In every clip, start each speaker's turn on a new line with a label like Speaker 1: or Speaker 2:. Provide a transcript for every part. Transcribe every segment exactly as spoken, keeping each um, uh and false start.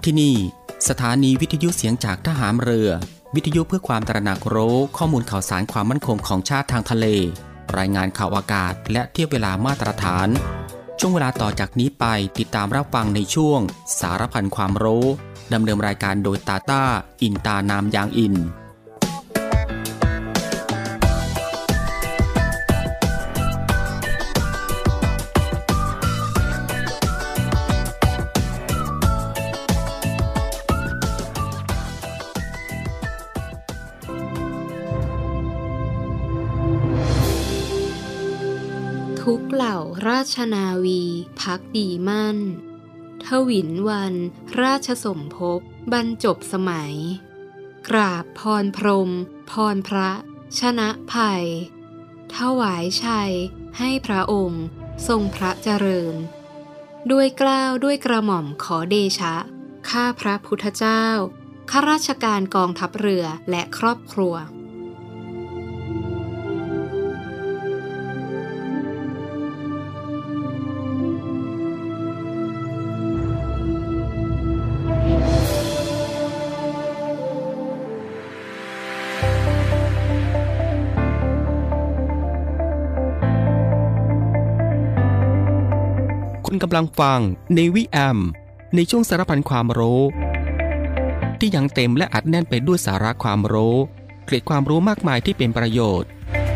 Speaker 1: ที่นี่สถานีวิทยุเสียงจากทหารเรือวิทยุเพื่อความตระหนักรู้ข้อมูลข่าวสารความมั่นคงของชาติทางทะเลรายงานข่าวอากาศและเทียบเวลามาตรฐานช่วงเวลาต่อจากนี้ไปติดตามรับฟังในช่วงสารพันความรู้ดำเนินรายการโดยตาต้าอินตานามยางอิน
Speaker 2: ทุกเหล่าราชนาวีภักดีมั่นทวินวันราชสมภพบรรจบสมัยกราบพรพรหมพรพระชนะภัยถวายชัยให้พระองค์ทรงพระเจริญด้วยเกล้าด้วยกระหม่อมขอเดชะข้าพระพุทธเจ้าข้าราชการกองทัพเรือและครอบครัว
Speaker 1: คุณกำลังฟัง Navy เอ เอ็ม ในช่วงสารพันความรู้ที่ยังเต็มและอัดแน่นไปด้วยสาระความรู้เกร็ดความรู้มากมายที่เป็นประโยชน์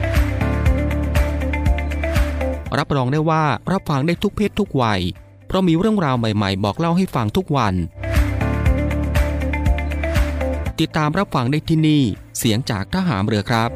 Speaker 1: รับรองได้ว่ารับฟังได้ทุกเพศทุกวัยเพราะมีเรื่องราวใหม่ๆบอกเล่าให้ฟังทุกวันติดตามรับฟังได้ที่นี่เสียงจากทหารเรือครับ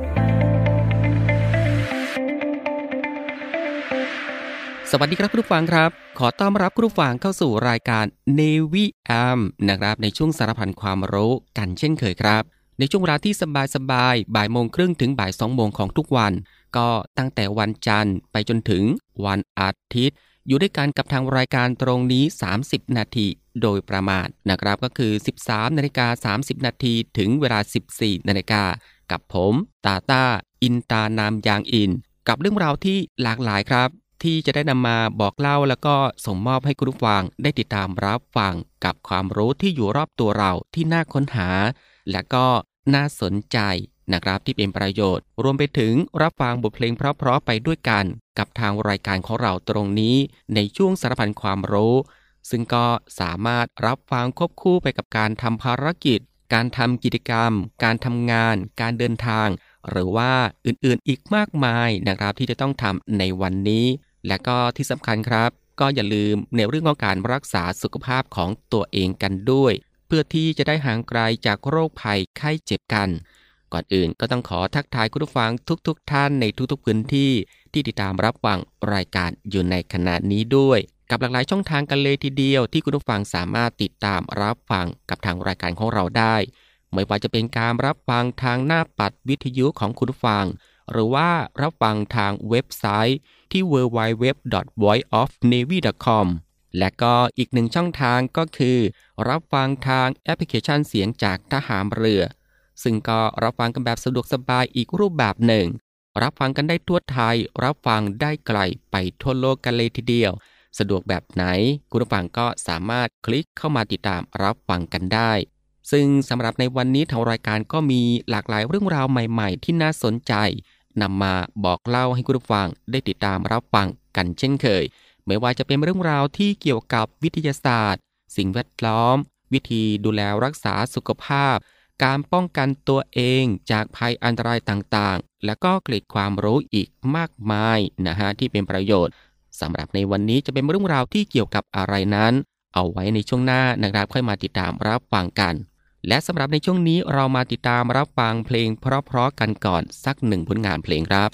Speaker 1: สวัสดีครับคุณผู้ฟังครับขอต้อนรับคุณผู้ฟังเข้าสู่รายการ Navy เอ เอ็ม นะครับในช่วงสารพันความรู้กันเช่นเคยครับในช่วงเวลาที่สบายๆบ่ายโมงครึ่งถึงบ่ายสองโมงของทุกวันก็ตั้งแต่วันจันทร์ไปจนถึงวันอาทิตย์อยู่ด้วยกันกับทางรายการตรงนี้สามสิบนาทีโดยประมาณนะครับก็คือ สิบสามนาฬิกาสามสิบนาทีถึงเวลา สิบสี่นาฬิกากับผมตาต้าอินตานามยางอินกับเรื่องราวที่หลากหลายครับที่จะได้นำมาบอกเล่าแล้วก็ส่งมอบให้คุณผู้ฟังได้ติดตามรับฟังกับความรู้ที่อยู่รอบตัวเราที่น่าค้นหาและก็น่าสนใจนะครับที่เป็นประโยชน์รวมไปถึงรับฟังบทเพลงเพราะๆไปด้วยกันกับทางรายการของเราตรงนี้ในช่วงสารพันความรู้ซึ่งก็สามารถรับฟังควบคู่ไปกับการทำภารกิจการทำกิจกรรมการทำงานการเดินทางหรือว่าอื่นๆอีกมากมายนะครับที่จะต้องทำในวันนี้และก็ที่สำคัญครับก็อย่าลืมในเรื่องของการรักษาสุขภาพของตัวเองกันด้วยเพื่อที่จะได้ห่างไกลจากโรคภัยไข้เจ็บกันก่อนอื่นก็ต้องขอทักทายคุณผู้ฟังทุกๆ ท่านในทุกๆพื้นที่ที่ติดตามรับฟังรายการอยู่ในขณะนี้ด้วยกับหลากหลายช่องทางกันเลยทีเดียวที่คุณผู้ฟังสามารถติดตามรับฟังกับทางรายการของเราได้ไม่ว่าจะเป็นการรับฟังทางหน้าปัดวิทยุของคุณผู้ฟังหรือว่ารับฟังทางเว็บไซต์ที่ ดับเบิลยู ดับเบิลยู ดับเบิลยู ดอท วอยซ์ ออฟ เนวี่ ดอท คอม และก็อีกหนึ่งช่องทางก็คือรับฟังทางแอปพลิเคชันเสียงจากทหารเรือซึ่งก็รับฟังกันแบบสะดวกสบายอีกรูปแบบหนึ่งรับฟังกันได้ทั่วไทยรับฟังได้ไกลไปทั่วโลกกันเลยทีเดียวสะดวกแบบไหนคุณผู้ฟังก็สามารถคลิกเข้ามาติดตามรับฟังกันได้ซึ่งสำหรับในวันนี้ทางรายการก็มีหลากหลายเรื่องราวใหม่ๆที่น่าสนใจนำมาบอกเล่าให้คุณผู้ฟังได้ติดตามรับฟังกันเช่นเคยไม่ว่าจะเป็นเรื่องราวที่เกี่ยวกับวิทยาศาสตร์สิ่งแวดล้อมวิธีดูแลรักษาสุขภาพการป้องกันตัวเองจากภัยอันตรายต่างๆและก็เกร็ดความรู้อีกมากมายนะฮะที่เป็นประโยชน์สำหรับในวันนี้จะเป็นเรื่องราวที่เกี่ยวกับอะไรนั้นเอาไว้ในช่วงหน้านะครับค่อยมาติดตามรับฟังกันและสำหรับในช่วงนี้เรามาติดตามรับฟังเพลงเพราะๆกันก่อนสักหนึ่งผลงานเพลงครับ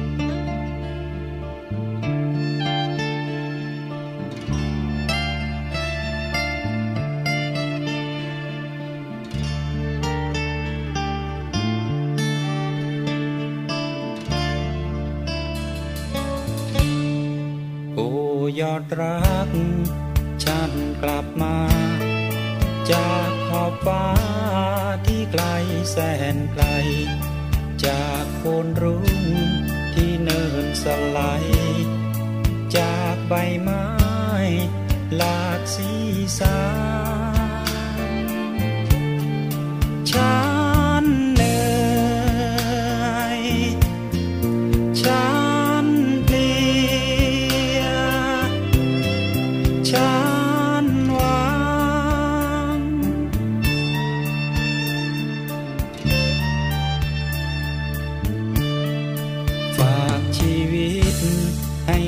Speaker 3: โอ้ยอดรักฉันกลับมาจากขอบฟ้าที่ไกลแสนไกลจากโคนรุ่งที่เนินสไลด์จากใบไม้หลากสีสัน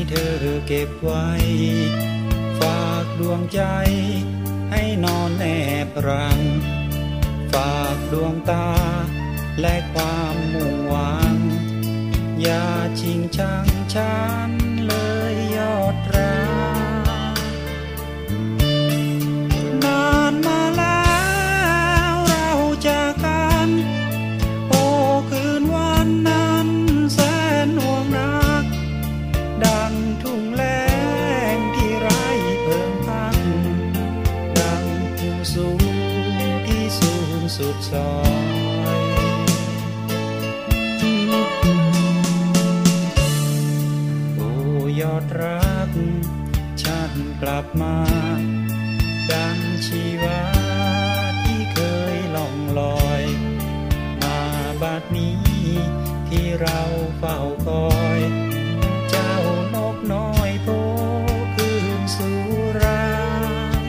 Speaker 3: เธอเก็บไว้ฝากดวงใจให้นอนแนบรังฝากดวงตาและความมุ่งหวังอย่าชิงชังฉันเลยยอดรักนานมาแล้วเราจากกันโอ้คืนวันนั้นแสนห่วงรักดังทุ่งแล้งที่ไร้เพิ่งพักดังภูสูงที่สูงสุดซอยโอ้ยอดรักฉันกลับมาดังชีวาที่เคยล่องลอยมาบัดนี้ที่เราเฝ้าคอยเจ้านกน้อยโผคืนสู่รัง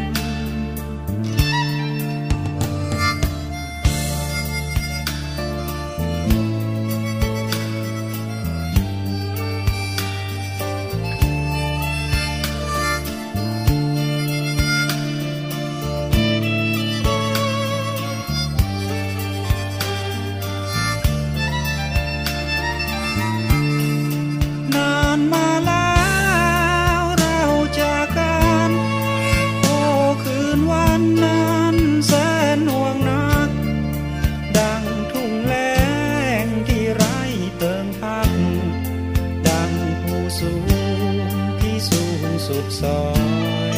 Speaker 3: นานมาแล้วเราจากกันโอ้คืนวันนั้นแสนห่วงนักดังทุ่งแล้งที่ไร้เติงพักดังภูสูงที่สูงสุดซอย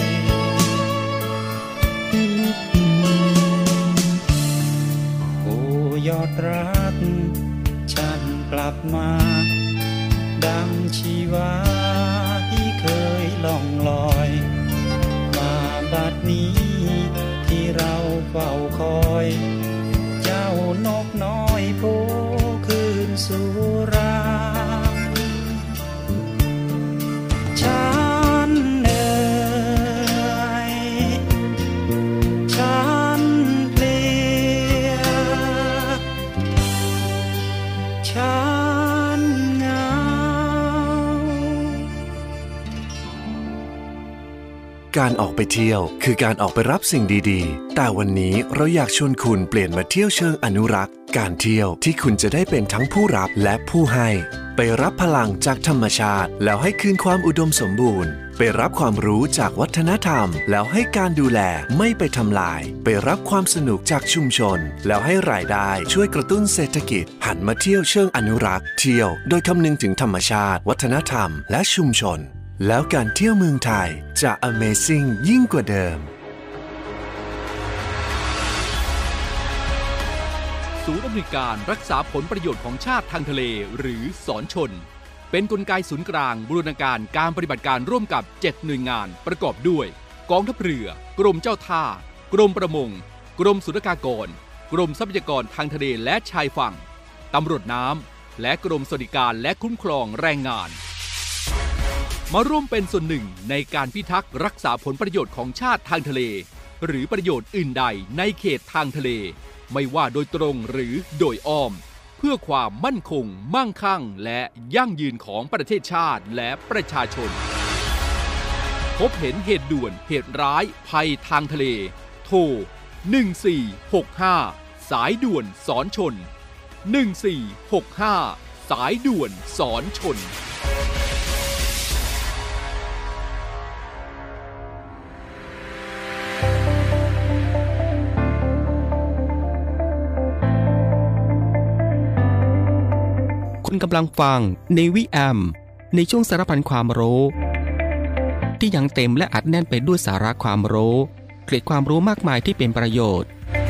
Speaker 3: โอ้ยอดรักฉันกลับมาดังชีวาที่เคยล่องลอยมาบัดนี้ที่เราเฝ้าคอยเจ้านกน้อยโผคืนสู่รังฉันเหนื่อยฉันเพลียฉันเหงา
Speaker 4: การออกไปเที่ยวคือการออกไปรับสิ่งดีๆแต่วันนี้เราอยากชวนคุณเปลี่ยนมาเที่ยวเชิงอนุรักษ์การเที่ยวที่คุณจะได้เป็นทั้งผู้รับและผู้ให้ไปรับพลังจากธรรมชาติแล้วให้คืนความอุดมสมบูรณ์ไปรับความรู้จากวัฒนธรรมแล้วให้การดูแลไม่ไปทำลายไปรับความสนุกจากชุมชนแล้วให้รายได้ช่วยกระตุ้นเศรษฐกิจหันมาเที่ยวเชิงอนุรักษ์เที่ยวโดยคำนึงถึงธรรมชาติวัฒนธรรมและชุมชนแล้วการเที่ยวเมืองไทยจะ Amazing ยิ่งกว่าเดิม
Speaker 5: ศูนย์อำนวยการรักษาผลประโยชน์ของชาติทางทะเลหรือศรชนเป็นกลไกศูนย์กลางบูรณาการการปฏิบัติการร่วมกับเจ็ดหน่วยงานประกอบด้วยกองทัพเรือกรมเจ้าท่ากรมประมงกรมศุลกากรกรมทรัพยากรทางทะเลและชายฝั่งตำรวจน้ำและกรมสวัสดิการและคุ้มครองแรงงานมาร่วมเป็นส่วนหนึ่งในการพิทักษ์รักษาผลประโยชน์ของชาติทางทะเลหรือประโยชน์อื่นใดในเขตทางทะเลไม่ว่าโดยตรงหรือโดยอ้อมเพื่อความมั่นคงมั่งคั่งและยั่งยืนของประเทศชาติและประชาชนพบเห็นเหตุด่วนเหตุร้ายภัยทางทะเลโทรหนึ่งสี่หกห้าสายด่วนสอนชนหนึ่งสี่หกห้าสายด่วนสอนชน
Speaker 1: คุณกำลังฟัง Navy แอม ในช่วงสารพันความรู้ที่ยังเต็มและอัดแน่นไปด้วยสาระความรู้เกร็ดความรู้มากมายที่เป็นประโยชน์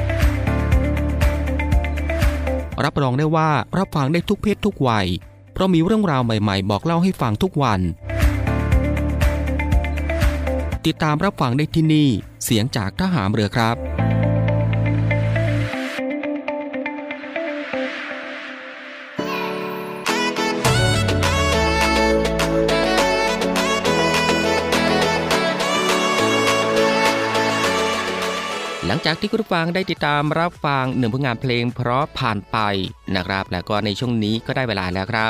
Speaker 1: รับรองได้ว่ารับฟังได้ทุกเพศทุกวัยเพราะมีเรื่องราวใหม่ๆบอกเล่าให้ฟังทุกวันติดตามรับฟังได้ที่นี่เสียงจากทหารเรือครับหลังจากที่คุณผู้ฟังได้ติดตามรับฟังหนึ่งผลงานเพลงเพราะผ่านไปนะครับแล้วก็ในช่วงนี้ก็ได้เวลาแล้วครับ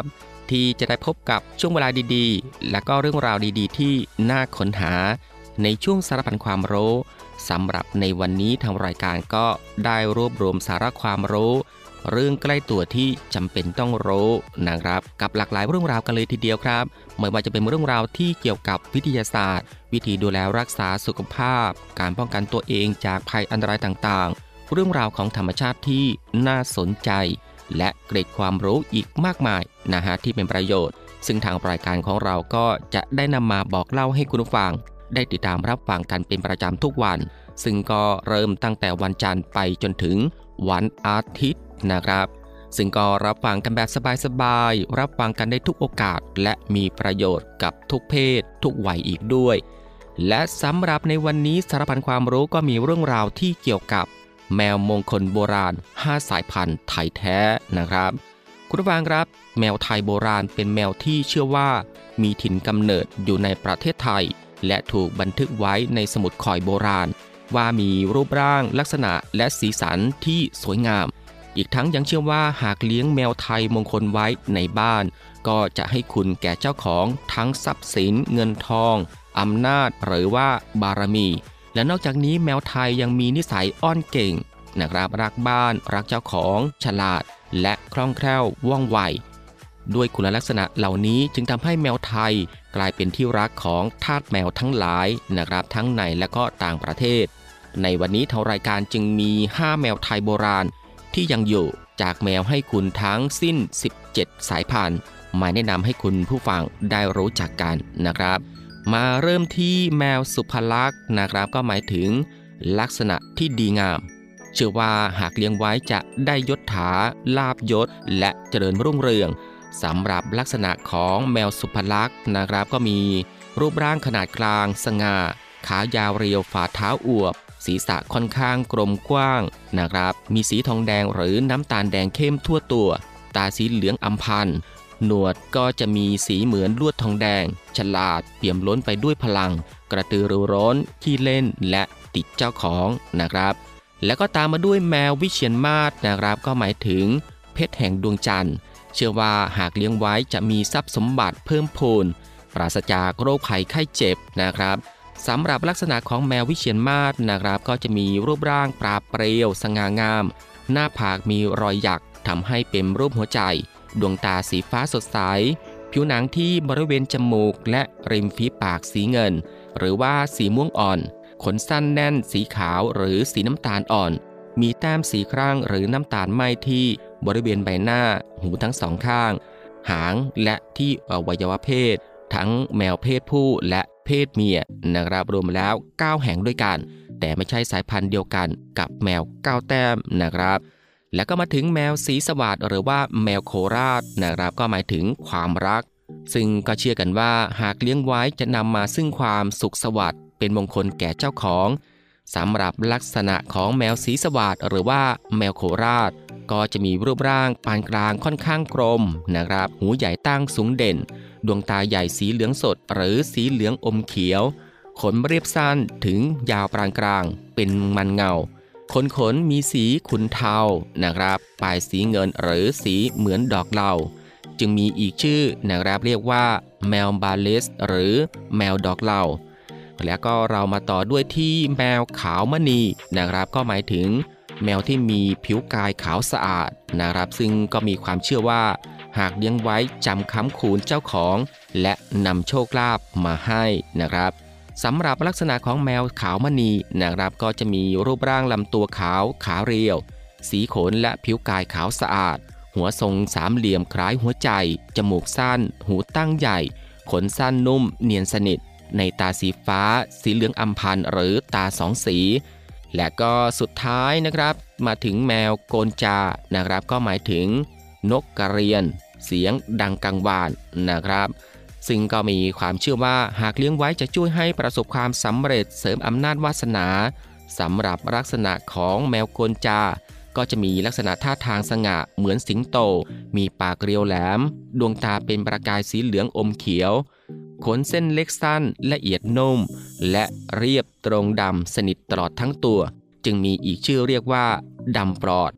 Speaker 1: ที่จะได้พบกับช่วงเวลาดีๆและก็เรื่องราวดีๆที่น่าค้นหาในช่วงสารพันความรู้สำหรับในวันนี้ทางรายการก็ได้รวบรวมสาระความรู้เรื่องใกล้ตัวที่จำเป็นต้องรู้นะครับกับหลากหลายเรื่องราวกันเลยทีเดียวครับไม่ว่าจะเป็นเรื่องราวที่เกี่ยวกับวิทยาศาสตร์วิธีดูแลรักษาสุขภาพการป้องกันตัวเองจากภัยอันตรายต่างๆเรื่องราวของธรรมชาติที่น่าสนใจและเกร็ดความรู้อีกมากมายนะฮะที่เป็นประโยชน์ซึ่งทางรายการของเราก็จะได้นำมาบอกเล่าให้คุณผู้ฟังได้ติดตามรับฟังกันเป็นประจำทุกวันซึ่งก็เริ่มตั้งแต่วันจันทร์ไปจนถึงวันอาทิตย์นะครับซึ่งก็รับฟังกันแบบสบายๆรับฟังกันได้ทุกโอกาสและมีประโยชน์กับทุกเพศทุกวัยอีกด้วยและสำหรับในวันนี้สารพันความรู้ก็มีเรื่องราวที่เกี่ยวกับแมวมงคลโบราณห้าสายพันธุ์ไทยแท้นะครับคุณผู้ฟังครับแมวไทยโบราณเป็นแมวที่เชื่อว่ามีถิ่นกำเนิดอยู่ในประเทศไทยและถูกบันทึกไว้ในสมุดข่อยโบราณว่ามีรูปร่างลักษณะและสีสันที่สวยงามอีกทั้งยังเชื่อว่าหากเลี้ยงแมวไทยมงคลไว้ในบ้านก็จะให้คุณแก่เจ้าของทั้งทรัพย์สินเงินทองอำนาจหรือว่าบารมีและนอกจากนี้แมวไทยยังมีนิสัยอ้อนเก่งนะครับรักบ้านรักเจ้าของฉลาดและคล่องแคล่วว่องไวด้วยคุณลักษณะเหล่านี้จึงทำให้แมวไทยกลายเป็นที่รักของทาสแมวทั้งหลายนะครับทั้งในและก็ต่างประเทศในวันนี้ทางรายการจึงมีห้าแมวไทยโบราณที่ยังอยู่จากแมวให้คุณทั้งสิ้นสิบเจ็ดสายพันธุ์มาแนะนำให้คุณผู้ฟังได้รู้จักกันนะครับมาเริ่มที่แมวสุภลักษณ์นะครับก็หมายถึงลักษณะที่ดีงามเชื่อว่าหากเลี้ยงไว้จะได้ยศถาลาภยศและเจริญรุ่งเรืองสำหรับลักษณะของแมวสุภลักษณ์นะครับก็มีรูปร่างขนาดกลางสง่าขายาวเรียวฝ่าเท้าอวบศีรษะค่อนข้างกลมกว้างนะครับมีสีทองแดงหรือน้ำตาลแดงเข้มทั่วตัวตาสีเหลืองอำพันหนวดก็จะมีสีเหมือนลวดทองแดงฉลาดเปี่ยมล้นไปด้วยพลังกระตือรือร้นขี้เล่นและติดเจ้าของนะครับแล้วก็ตามมาด้วยแมววิเชียรมาศนะครับก็หมายถึงเพชรแห่งดวงจันทร์เชื่อว่าหากเลี้ยงไว้จะมีทรัพย์สมบัติเพิ่มพูนปราศจากโรคภัยไข้เจ็บนะครับสำหรับลักษณะของแมววิเชียรมาศนะครับก็จะมีรูปร่างปราบเปรียวสง่างามหน้าผากมีรอยหยักทำให้เป็นรูปหัวใจดวงตาสีฟ้าสดใสผิวหนังที่บริเวณจมูกและริมฝีปากสีเงินหรือว่าสีม่วงอ่อนขนสั้นแน่นสีขาวหรือสีน้ำตาลอ่อนมีแต้มสีครั่งหรือน้ำตาลไหม้ที่บริเวณใบหน้าหูทั้งสองข้างหางและที่อวัยวะเพศทั้งแมวเพศผู้และเพศเมียนะครับรวมแล้วเก้าแห่งด้วยกันแต่ไม่ใช่สายพันธุ์เดียวกันกับแมวเก้าแต้มนะครับแล้วก็มาถึงแมวสีสวัสดิ์หรือว่าแมวโคราชนะครับก็หมายถึงความรักซึ่งก็เชื่อกันว่าหากเลี้ยงไว้จะนำมาซึ่งความสุขสวัสดิ์เป็นมงคลแก่เจ้าของสำหรับลักษณะของแมวสีสวัสดิ์หรือว่าแมวโคราชก็จะมีรูปร่างปานกลางค่อนข้างกลมนะครับหูใหญ่ตั้งสูงเด่นดวงตาใหญ่สีเหลืองสดหรือสีเหลืองอมเขียวขนเรียบสั้นถึงยาวปานกลางเป็นมันเงาขนขนมีสีขุ่นเทานะครับปลายสีเงินหรือสีเหมือนดอกเหลาจึงมีอีกชื่อนะครับเรียกว่าแมวบาเลสหรือแมวดอกเหลาแล้วก็เรามาต่อด้วยที่แมวขาวมณีนะครับก็หมายถึงแมวที่มีผิวกายขาวสะอาดนะครับซึ่งก็มีความเชื่อว่าหากเลี้ยงไว้จำค้ำคูณเจ้าของและนำโชคลาภมาให้นะครับสำหรับลักษณะของแมวขาวมณีนะครับก็จะมีรูปร่างลำตัวขาวขาเรียวสีขนและผิวกายขาวสะอาดหัวทรงสามเหลี่ยมคล้ายหัวใจจมูกสั้นหูตั้งใหญ่ขนสั้นนุ่มเนียนสนิทในตาสีฟ้าสีเหลืองอำพันหรือตาสองสีและก็สุดท้ายนะครับมาถึงแมวโกนจานะครับก็หมายถึงนกกระเรียนเสียงดังกังวานนะครับซึ่งก็มีความเชื่อว่าหากเลี้ยงไว้จะช่วยให้ประสบความสำเร็จเสริมอำนาจวาสนาสำหรับลักษณะของแมวโกนจาก็จะมีลักษณะท่าทางสง่าเหมือนสิงโตมีปากเรียวแหลมดวงตาเป็นประกายสีเหลืองอมเขียวขนเส้นเล็กสั้นละเอียดนุ่มและเรียบตรงดำสนิทตลอดทั้งตัวจึงมีอีกชื่อเรียกว่าดำปลอด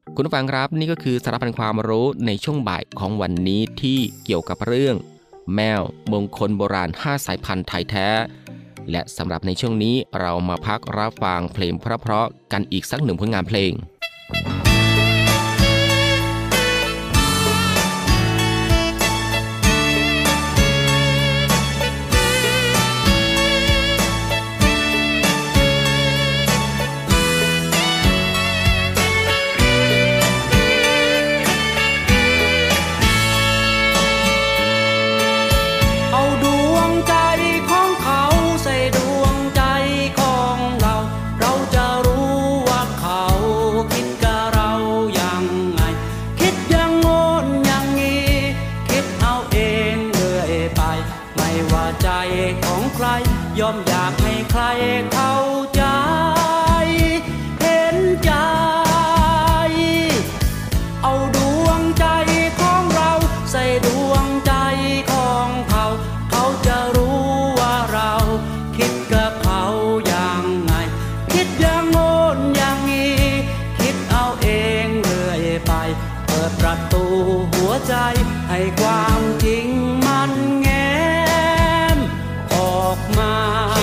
Speaker 1: คุณผู้ฟังครับนี่ก็คือสาระพันความรู้ในช่วงบ่ายของวันนี้ที่เกี่ยวกับเรื่องแมวมงคลโบราณห้าสายพันธุ์ไทยแท้และสำหรับในช่วงนี้เรามาพักรับฟังเพลงเพราะๆกันอีกสักหนึ่งผลงานเพลง
Speaker 6: ยอมอยากให้ใครเข้าใจเห็นใจเอาดวงใจของเราใส่ดวงใจของเขาเขาจะรู้ว่าเราคิดกับเขาอย่างไงคิดอย่างโน้นอย่างนี้คิดเอาเองเรื่อยไปเปิดประตูหัวใจให้ความจริงมันแง้มออกมา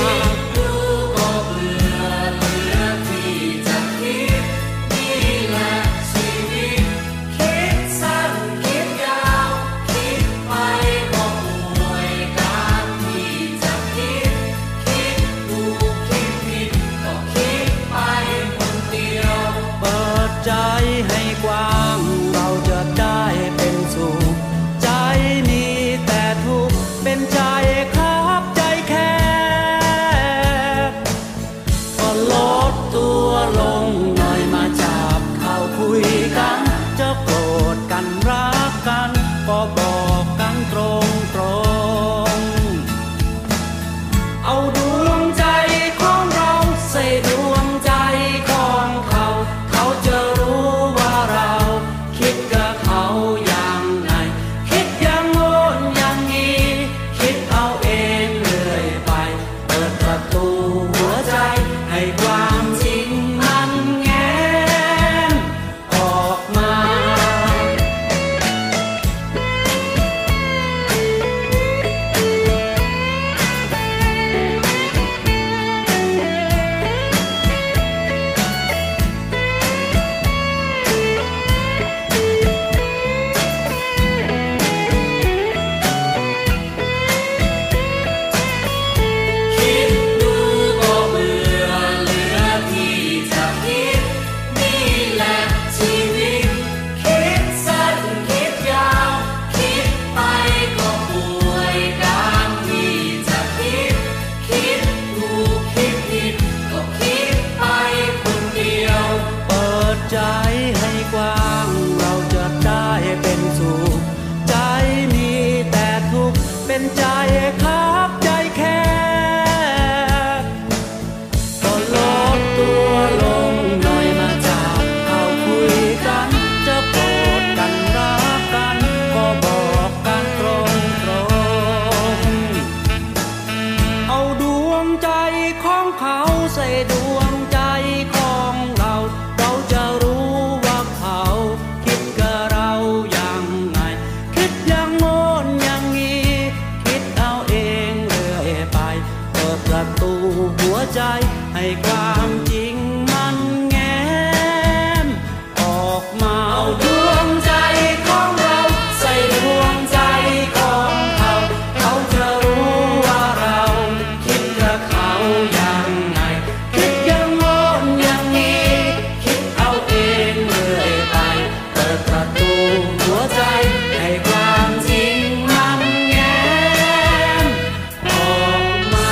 Speaker 6: ให้ความจริงมันแง้มออกมาเอาดวงใจของเราใส่ดวงใจของเขาเขาจะรู้ว่าเราคิดกับเขาอย่างไงคิดอย่างโน้นอย่างนี้คิดเอาเองเรื่อยไปเปิดประตูหัวใจให้ความจริงมันแง้มออกมา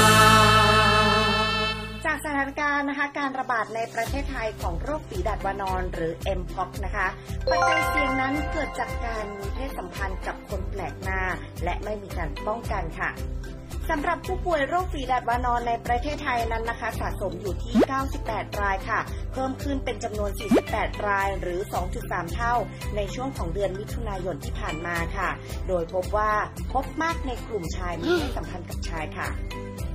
Speaker 7: จากสถานการณ์นะคะการระบาดในประเทศไทยของโรคฝีดาษวานอนหรือ เอ็ม พ็อกซ์ นะคะปัจจัยเสี่ยงนั้นเกิดจากการมีเพศสัมพันธ์กับคนแปลกหน้าและไม่มีการป้องกันค่ะสำหรับผู้ป่วยโรคฝีดาษวานอนในประเทศไทยนั้นนะคะสะสมอยู่ที่เก้าสิบแปดรายค่ะเพิ่มขึ้นเป็นจำนวนสี่สิบแปดรายหรือ สองจุดสาม เท่าในช่วงของเดือนมิถุนายนที่ผ่านมาค่ะโดยพบว่าพบมากในกลุ่มชายมีเพศสัมพันธ์กับชายค่ะ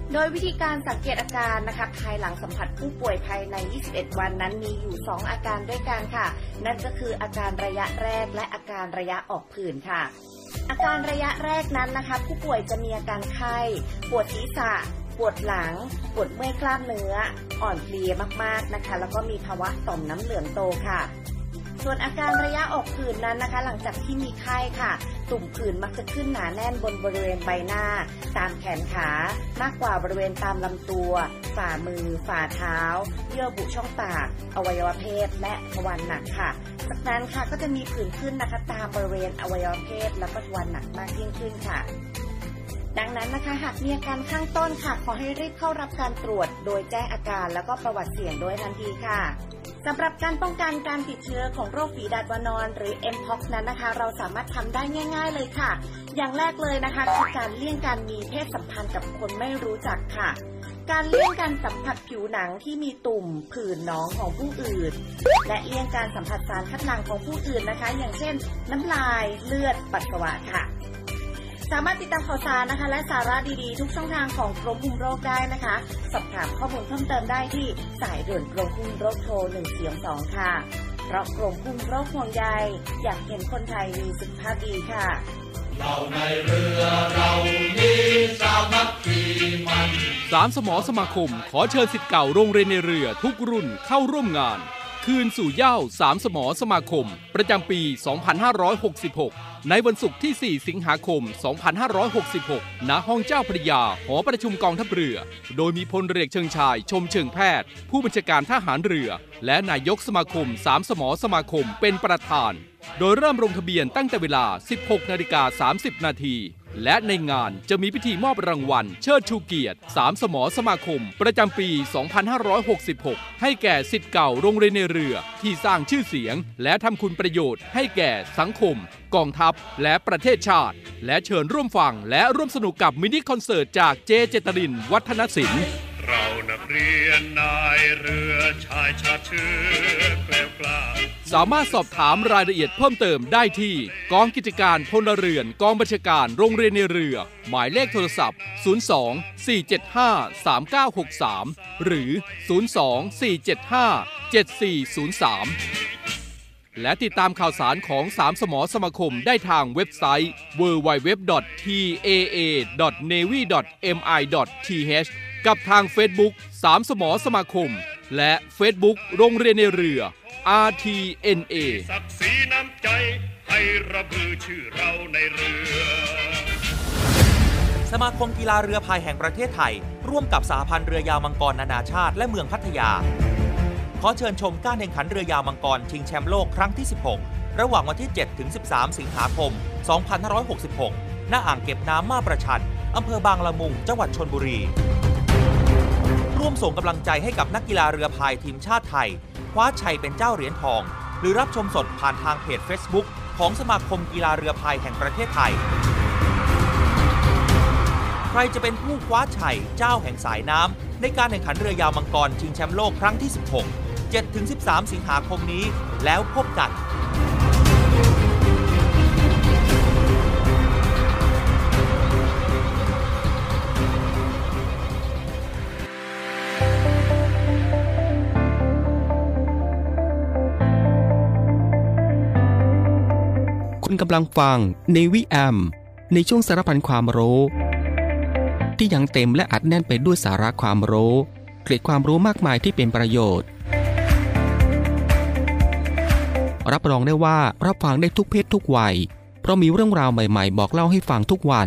Speaker 7: โดยวิธีการสังเกตอาการนะคะภายหลังสัมผัสผู้ป่วยภายในยี่สิบเอ็ดวันนั้นมีอยู่สองอาการด้วยกันค่ะนั่นก็คืออาการระยะแรกและอาการระยะออกผื่นค่ะอาการระยะแรกนั้นนะคะผู้ป่วยจะมีอาการไข้ปวดศีรษะปวดหลังปวดเมื่อยกล้ามเนื้ออ่อนเพลียมากๆนะคะแล้วก็มีภาวะต่อมน้ำเหลืองโตค่ะส่วนอาการระยะออกผื่นนั้นนะคะหลังจากที่มีไข้ค่ะตุ่มผื่นมักจะขึ้นหนาแน่นบนบริเวณใบหน้าตามแขนขามากกว่าบริเวณตามลำตัวฝ่ามือฝ่าเท้าเยื่อบุช่องปากอวัยวะเพศและทวารหนักค่ะจากนั้นค่ะก็จะมีผื่นขึ้นนะคะตามบริเวณอวัยวะเพศและทวารหนักมากยิ่งขึ้นค่ะดังนั้นนะคะหากมีอาการข้างต้นค่ะขอให้รีบเข้ารับการตรวจโดยแจ้งอาการแล้วก็ประวัติเสี่ยงโดยทันทีค่ะสำหรับการป้องกันการติดเชื้อของโรคฝีดาษวานอนหรือ เอ็ม พ็อกซ์ นั้นนะคะเราสามารถทำได้ง่ายๆเลยค่ะอย่างแรกเลยนะคะคือการเลี่ยงการมีเพศสัมพันธ์กับคนไม่รู้จักค่ะการเลี่ยงการสัมผัสผิวหนังที่มีตุ่มผื่นหนองของผู้อื่นและเลี่ยงการสัมผัสสารคัดหลั่งของผู้อื่นนะคะอย่างเช่นน้ำลายเลือดปัสสาวะค่ะสามารถติดตามข่าวสารนะคะและสาระดีๆทุกช่องทางของกรมควบคุมโรคได้นะคะสอบถามข้อมูลเพิ่มเติมได้ที่สายด่วนกรมควบคุมโรคโทรหนึ่งสี่สองค่ะเพราะกรมควบคุมโรคห่วงใยอยากเห็นคนไทยมีสุขภาพดีค่ะเราในเรือเรานี้สามัคคีมัน
Speaker 5: สามสมอสมาคมขอเชิญศิษย์เก่าโรงเรียนในเรือทุกรุ่นเข้าร่วมงานคืนสู่เหย้าสามสมอสมาคมประจำปีสองพันห้าร้อยหกสิบหกในวันศุกร์ที่สี่สิงหาคมสองพันห้าร้อยหกสิบหกณห้องเจ้าพระยาหอประชุมกองทัพเรือโดยมีพลเรือเชิงชายชมเชิงแพทย์ผู้บัญชาการทหารเรือและนายกสมาคมสามสมอสมาคมเป็นประธานโดยเริ่มลงทะเบียนตั้งแต่เวลา สิบหกนาฬิกาสามสิบนาทีและในงานจะมีพิธีมอบรางวัลเชิดชูเกียรติสามสมอสมาคมประจำปีสองพันห้าร้อยหกสิบหกให้แก่ศิษย์เก่าโรงเรียนในเรือที่สร้างชื่อเสียงและทำคุณประโยชน์ให้แก่สังคมกองทัพและประเทศชาติและเชิญร่วมฟังและร่วมสนุกกับมินิคอนเสิร์ตจากเจเจตรินวัฒนศิลป์
Speaker 8: เรานักเรียนนายเรือชายชาติเชื้อแกล้วกล้า
Speaker 5: สามารถสอบถามรายละเอียดเพิ่มเติมได้ที่กองกิจการพลเรือนกองบัญชาการโรงเรียนในเรือหมายเลขโทรศัพท์ศูนย์ สอง สี่ เจ็ด ห้า สาม เก้า หก สามหรือศูนย์ สอง สี่ เจ็ด ห้า เจ็ด สี่ ศูนย์ สามและติดตามข่าวสารของสามสมอสมาคมได้ทางเว็บไซต์ ดับเบิลยู ดับเบิลยู ดับเบิลยู ดอท ที เอ เอ ดอท เนวี่ ดอท เอ็ม ไอ ดอท ที เอช กับทาง Facebook สามสมอสมาคมและ Facebook โรงเรียนในเรือ อาร์ ที เอ็น เอ
Speaker 8: ศักดิ์ศรีน้ำใจให้ระบือชื่อเราในเรือ
Speaker 9: สมาคมกีฬาเรือพายแห่งประเทศไทยร่วมกับสหพันธ์เรือยาวมังกรนานาชาติและเมืองพัทยาขอเชิญชมการแข่งขันเรือยาวมังกรชิงแชมป์โลกครั้งที่สิบหกระหว่างวันที่ เจ็ดถึงสิบสาม สิงหาคม สองพันห้าร้อยหกสิบหก ณ อ่างเก็บน้ำมาประชันอำเภอบางละมุงจังหวัดชลบุรีร่วมส่งกำลังใจให้กับนักกีฬาเรือพายทีมชาติไทยคว้าชัยเป็นเจ้าเหรียญทองหรือรับชมสดผ่านทางเพจ Facebook ของสมาคมกีฬาเรือพายแห่งประเทศไทยใครจะเป็นผู้คว้าชัยเจ้าแห่งสายน้ำในการแข่งขันเรือยาวมังกรชิงแชมป์โลกครั้งที่สิบหก เจ็ดถึงสิบสาม สิงหาคมนี้แล้วพบกัน
Speaker 1: คุณกำลังฟัง Navy แอม ในช่วงสารพันความรู้ที่ยังเต็มและอัดแน่นไปด้วยสาระความรู้เกร็ดความรู้มากมายที่เป็นประโยชน์รับรองได้ว่ารับฟังได้ทุกเพศทุกวัยเพราะมีเรื่องราวใหม่ๆบอกเล่าให้ฟังทุกวัน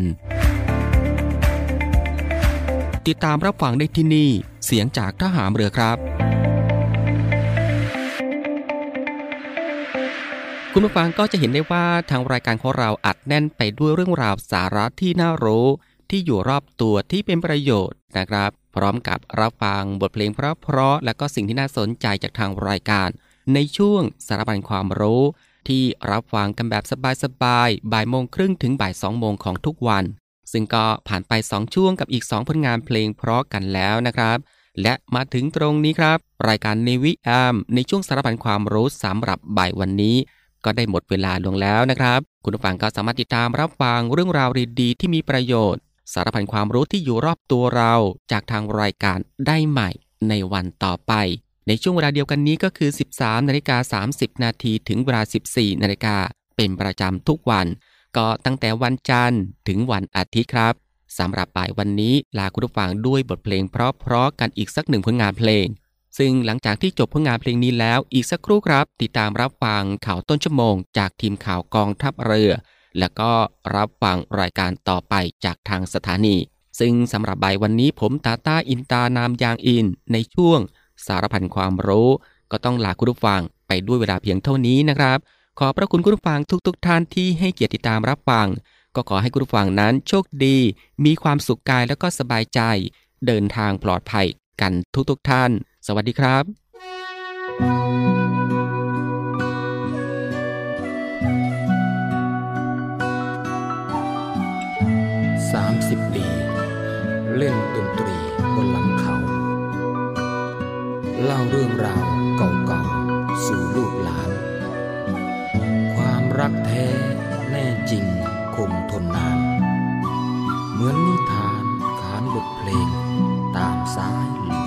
Speaker 1: ติดตามรับฟังได้ที่นี่เสียงจากทหารเรือครับคุณผู้ฟังก็จะเห็นได้ว่าทางรายการของเราอัดแน่นไปด้วยเรื่องราวสาระที่น่ารู้ที่อยู่รอบตัวที่เป็นประโยชน์นะครับพร้อมกับรับฟังบทเพลงเพราะๆและก็สิ่งที่น่าสนใจจากทางรายการในช่วงสารพันความรู้ที่รับฟังกันแบบสบายๆบ่ายโมงครึ่งถึงบ่ายสองโมงของทุกวันซึ่งก็ผ่านไปสองช่วงกับอีกสองผลงานเพลงเพราะกันแล้วนะครับและมาถึงตรงนี้ครับรายการ Navy แอม ในช่วงสารพันความรู้สำหรับบ่ายวันนี้ก็ได้หมดเวลาลงแล้วนะครับคุณผู้ฟังก็สามารถติดตามรับฟังเรื่องราวดีๆที่มีประโยชน์สารพันความรู้ที่อยู่รอบตัวเราจากทางรายการได้ใหม่ในวันต่อไปในช่วงเวลาเดียวกันนี้ก็คือ สิบสามนาฬิกาสามสิบนาทีถึงเวลา สิบสี่นาฬิกาเป็นประจำทุกวันก็ตั้งแต่วันจันทร์ถึงวันอาทิตย์ครับสำหรับบ่ายวันนี้ลาคุณผู้ฟังด้วยบทเพลงเพราะๆกันอีกสักหนึ่งผลงานเพลงซึ่งหลังจากที่จบผลงานเพลงนี้แล้วอีกสักครู่ครับติดตามรับฟังข่าวต้นชั่วโมงจากทีมข่าวกองทัพเรือแล้วก็รับฟังรายการต่อไปจากทางสถานีซึ่งสำหรับบ่ายวันนี้ผมตาต้าอินตานามยางอินในช่วงสารพันความรู้ก็ต้องลาคุณผู้ฟังไปด้วยเวลาเพียงเท่านี้นะครับขอพระคุณคุณผู้ฟังทุกๆท่านที่ให้เกียรติติดตามรับฟังก็ขอให้คุณผู้ฟังนั้นโชคดีมีความสุขกายแล้วก็สบายใจเดินทางปลอดภัยกันทุกๆท่านสวัสดีครับ
Speaker 10: สามสิบปีเล่นดนตรีบนลำเขาเล่าเรื่องราวเก่าๆสู่ลูกหลานความรักแท้แน่จริงคงทนนานเหมือนนิทานขานบทเพลงตามสายลม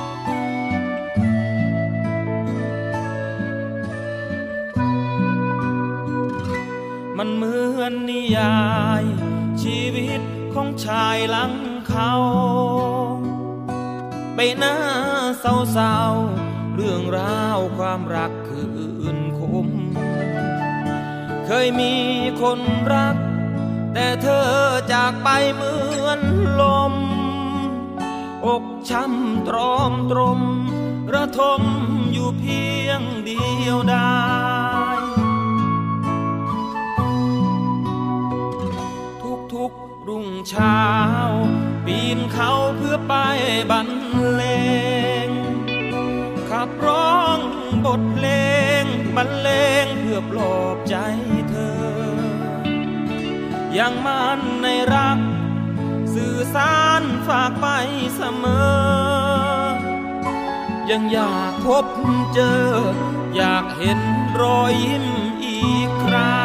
Speaker 6: มันเหมือนนิยายชีวิตของชายหลังเขาใบหน้าเศร้าๆเรื่องราวความรักคืนคมเคยมีคนรักแต่เธอจากไปเหมือนลมอกช้ำตรอมตรมระทมอยู่เพียงเดียวดายทุกๆรุ่งเช้าปีนเขาเพื่อไปบรรเลงขับร้องบทเพลงบรรเลงเพื่อปลอบใจเธอยังมั่นในรักสื่อสารฝากไปเสมอยังอยากพบเจออยากเห็นรอยยิ้มอีกครา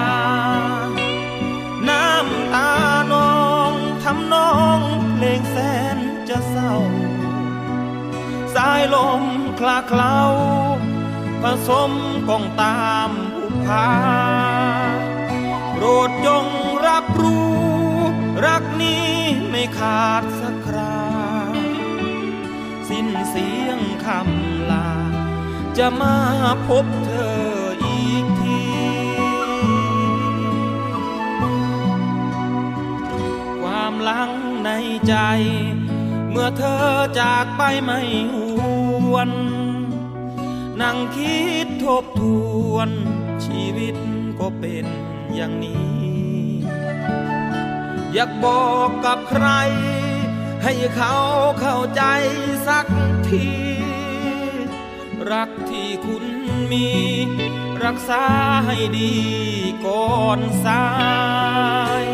Speaker 6: น้ำตานองทำนองเพลงแสนจะเศร้าสายลมคลาเคล้าผสมก้องตามผู้พาโปรดจงรับรู้รักนี้ไม่ขาดสักคราสิ้นเสียงคำลาจะมาพบเธออีกทีความหลังในใจเมื่อเธอจากไปไม่หวนนั่งคิดทบทวนชีวิตก็เป็นอย่างนี้อยากบอกกับใครให้เขาเข้าใจสักทีรักที่คุณมีรักษาให้ดีก่อนสาย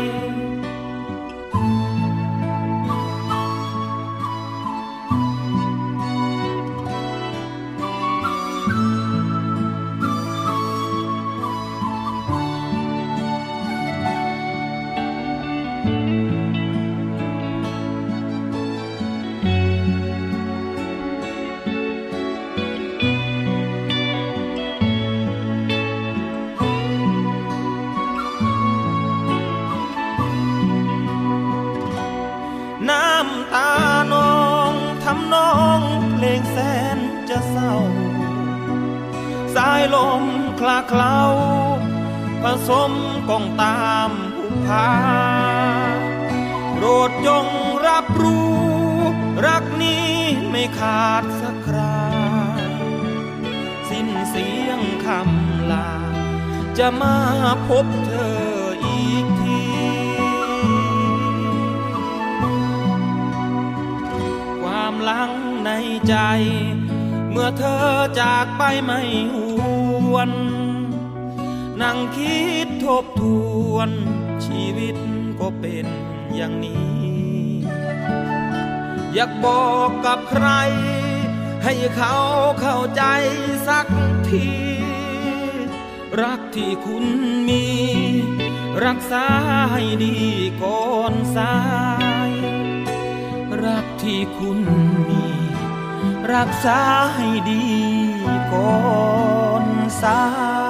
Speaker 6: เพลงแสนจะเศร้าสายลมคลาเคล้าผสมก้องตามผู้พาโปรดจงรับรู้รักนี้ไม่ขาดสักคราสิ้นเสียงคำลาจะมาพบเธออีกทีความหลังในใจเมื่อเธอจากไปไม่หวนนั่งคิดทบทวนชีวิตก็เป็นอย่างนี้อยากบอกกับใครให้เขาเข้าใจสักทีรักที่คุณมีรักษาให้ดีก่อนสายที่คุณมีรักษาให้ดีก่อนสาย